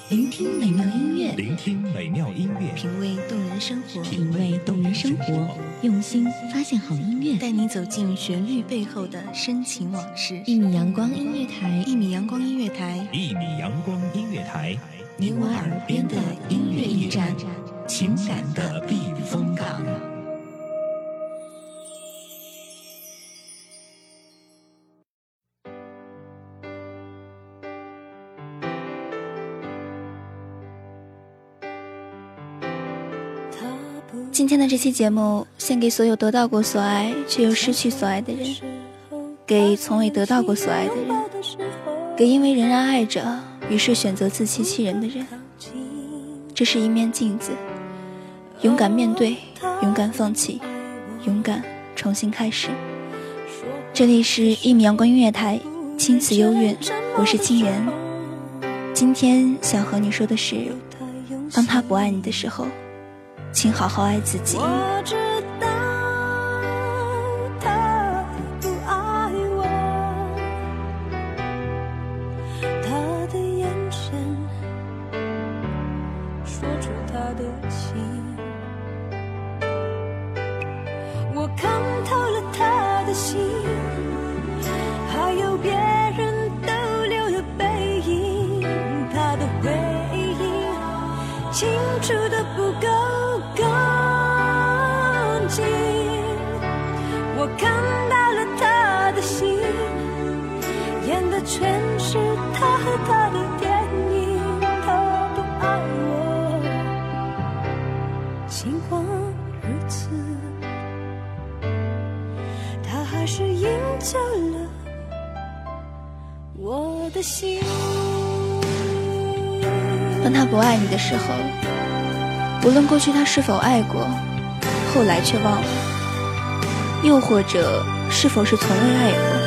聆听美妙音乐， 聆听美妙音乐， 品味动人生活， 品味动人生活， 用心发现好音乐， 带你走进旋律背后的深情往事。 一米阳光音乐台， 一米阳光音乐台， 一米阳光音乐台， 你我耳边的音乐驿站， 情感的避风港。 今天的这期节目献给所有得到过所爱却又失去所爱的人，给从未得到过所爱的人，给因为仍然爱着于是选择自欺欺人的人。这是一面镜子，勇敢面对，勇敢放弃，勇敢重新开始。这里是一米阳光音乐台，青词幽韵，我是清源。今天想和你说的是，当他不爱你的时候，请好好爱自己。 我知道他不爱我，他的眼神说出他的情，我看透了他的心，还有别人逗留的背影，他的回应清楚的不够干净，我看到了他的心，演的全是他和他的电影。他不爱我，尽管如此，他还是赢走了我的心。 当他不爱你的时候，无论过去他是否爱过，后来却忘了，又或者是否是从未爱过。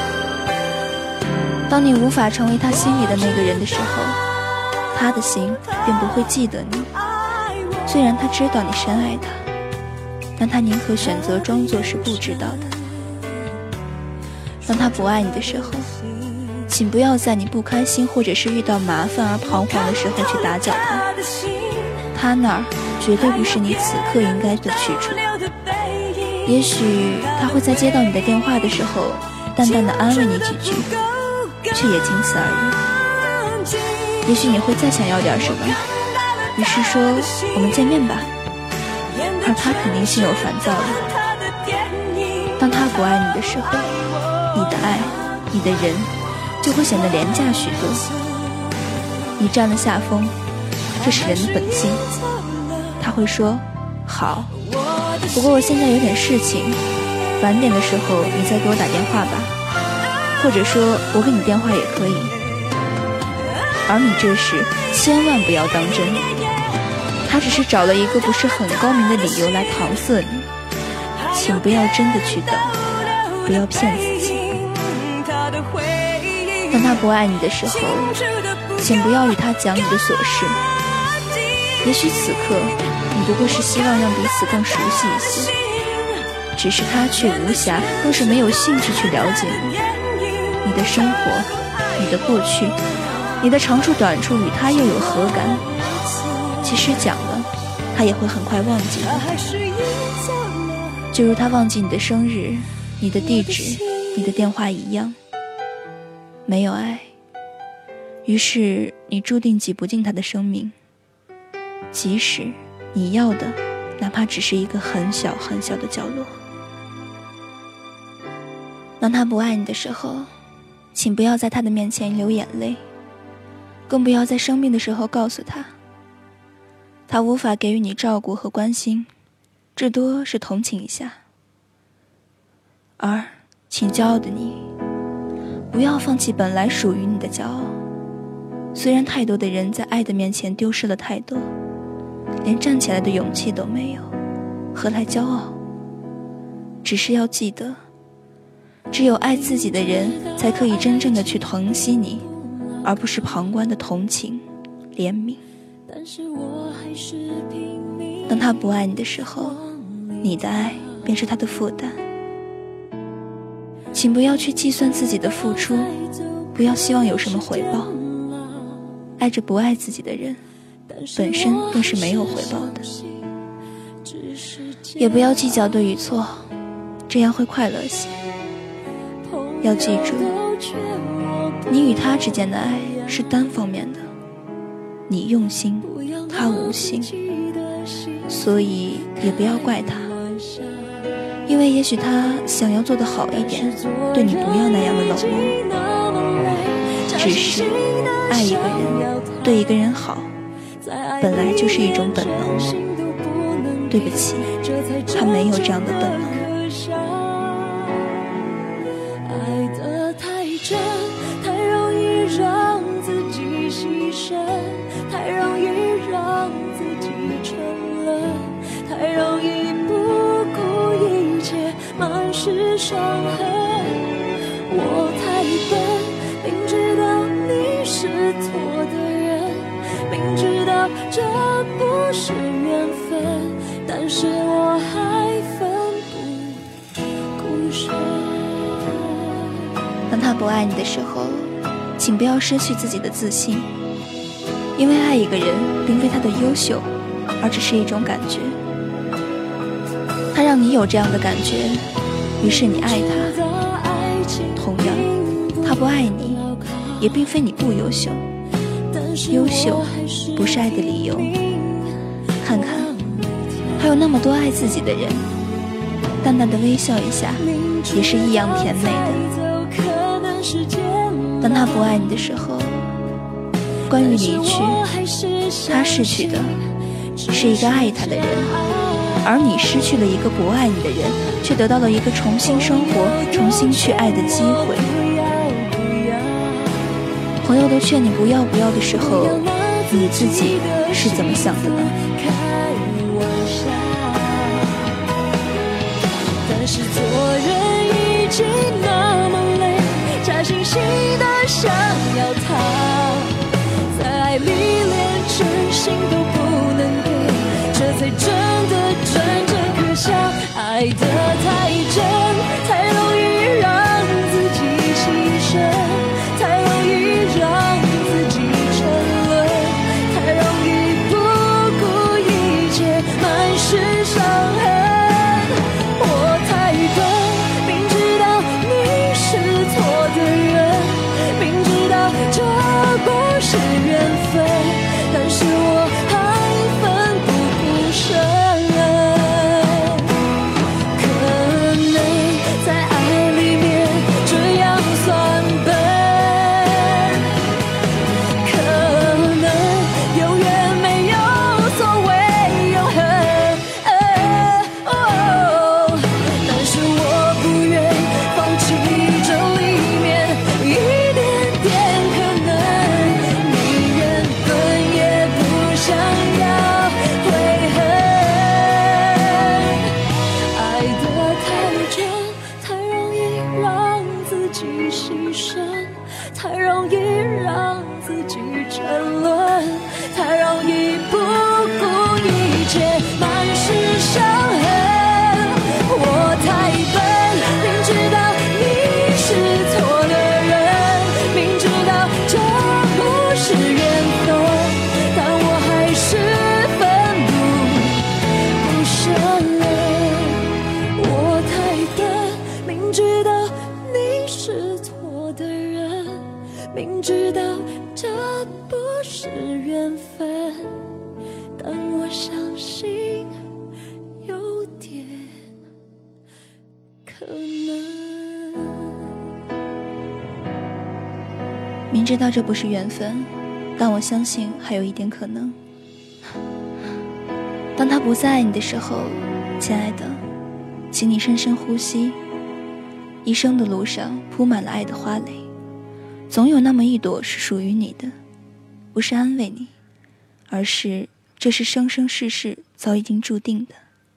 当你无法成为他心里的那个人的时候，他的心便不会记得你。虽然他知道你深爱他，但他宁可选择装作是不知道的。当他不爱你的时候，请不要在你不开心或者是遇到麻烦而彷徨的时候去打搅他，他那儿绝对不是你此刻应该的去处。也许他会在接到你的电话的时候淡淡的安慰你几句，却也仅此而已。也许你会再想要点什么，于是说我们见面吧，而他肯定心有烦躁的。当他不爱你的时候，你的爱，你的人就会显得廉价许多。你占了下风，这是人的本性。他会说好，不过我现在有点事情，晚点的时候你再给我打电话吧，或者说我给你电话也可以。而你这时千万不要当真，他只是找了一个不是很高明的理由来搪塞你，请不要真的去等，不要骗自己。当他不爱你的时候，请不要与他讲你的琐事，也许此刻你不过是希望让彼此更熟悉一些，只是他却无暇更是没有兴趣去了解你。你的生活，你的过去，你的长处短处与他又有何干？其实讲了，他也会很快忘记你，就如他忘记你的生日、你的地址、你的电话一样。没有爱，于是你注定挤不进他的生命，即使你要的哪怕只是一个很小很小的角落。当他不爱你的时候，请不要在他的面前流眼泪，更不要在生病的时候告诉他。他无法给予你照顾和关心，至多是同情一下。而请骄傲的你，不要放弃本来属于你的骄傲。虽然太多的人在爱的面前丢失了太多，连站起来的勇气都没有，何来骄傲？只是要记得，只有爱自己的人才可以真正的去疼惜你，而不是旁观的同情、怜悯。当他不爱你的时候，你的爱便是他的负担。请不要去计算自己的付出，不要希望有什么回报。爱爱着不爱自己的人，本身便是没有回报的。也不要计较对与错，这样会快乐些。要记住，你与他之间的爱是单方面的，你用心，他无心，所以也不要怪他，因为也许他想要做得好一点，对你不要那样的冷漠。只是爱一个人，对一个人好，本来就是一种本能。对不起，他没有这样的本能。 爱得太真，太容易让自己牺牲，太容易让自己沉沦，太容易不顾一切，满是伤痕。我太笨，明知道你是错的人，明知道这不是缘分，但是我还奋不顾身。 当他不爱你的时候，请不要失去自己的自信，因为爱一个人并非他的优秀，而只是一种感觉。他让你有这样的感觉，于是你爱他。同样，他不爱你，也并非你不优秀。优秀不是爱的理由。看看，还有那么多爱自己的人，淡淡的微笑一下，也是异样甜美的。当他不爱你的时候，关于离去，他逝去的是一个爱他的人，而你失去了一个不爱你的人，却得到了一个重新生活、重新去爱的机会。朋友都劝你不要不要的时候，你自己是怎么想的呢？ 但是做人已经那么累，假惺惺的想要他，在爱里连真心都不能给，这才真正可笑。爱得太真，太容易让自己牺牲，太容易让自己沉沦，太容易不顾一切，满是伤痕。我太笨，明知道你是错的人，明知道这不是缘分，但是我还奋不顾身。太容易让自己沉沦，太容易不顾一切，满是伤痕。我太笨，明知道你是错的人，明知道这不是缘分，但我还是奋不顾身。我太笨，明知道你是错的人，明知道这不是缘分，但我相信有点可能。 明知道这不是缘分，但我相信还有一点可能。当他不再爱你的时候，亲爱的，请你深深呼吸。一生的路上铺满了爱的花蕾，总有那么一朵是属于你的，不是安慰你，而是这是生生世世早已经注定的。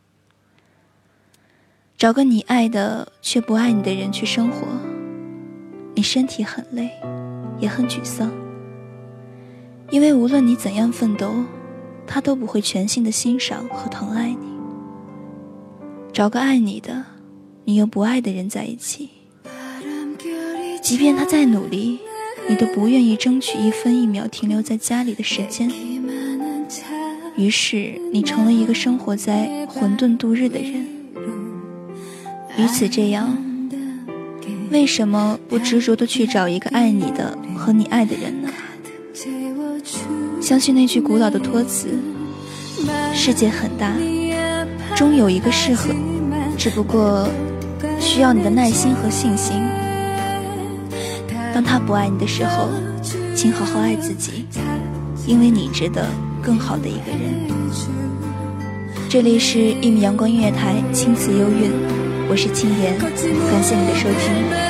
找个你爱的却不爱你的人去生活，你身体很累，也很沮丧，因为无论你怎样奋斗，他都不会全心的欣赏和疼爱你。找个爱你的，你又不爱的人在一起，即便他再努力， 你都不愿意争取一分一秒停留在家里的时间，于是你成了一个生活在混沌度日的人。与此这样，为什么不执着地去找一个爱你的和你爱的人呢？相信那句古老的托词，世界很大，终有一个适合，只不过需要你的耐心和信心。当他不爱你的时候，请好好爱自己，因为你值得更好的一个人。这里是1米阳光音乐台，青词幽韵，我是青言，感谢你的收听。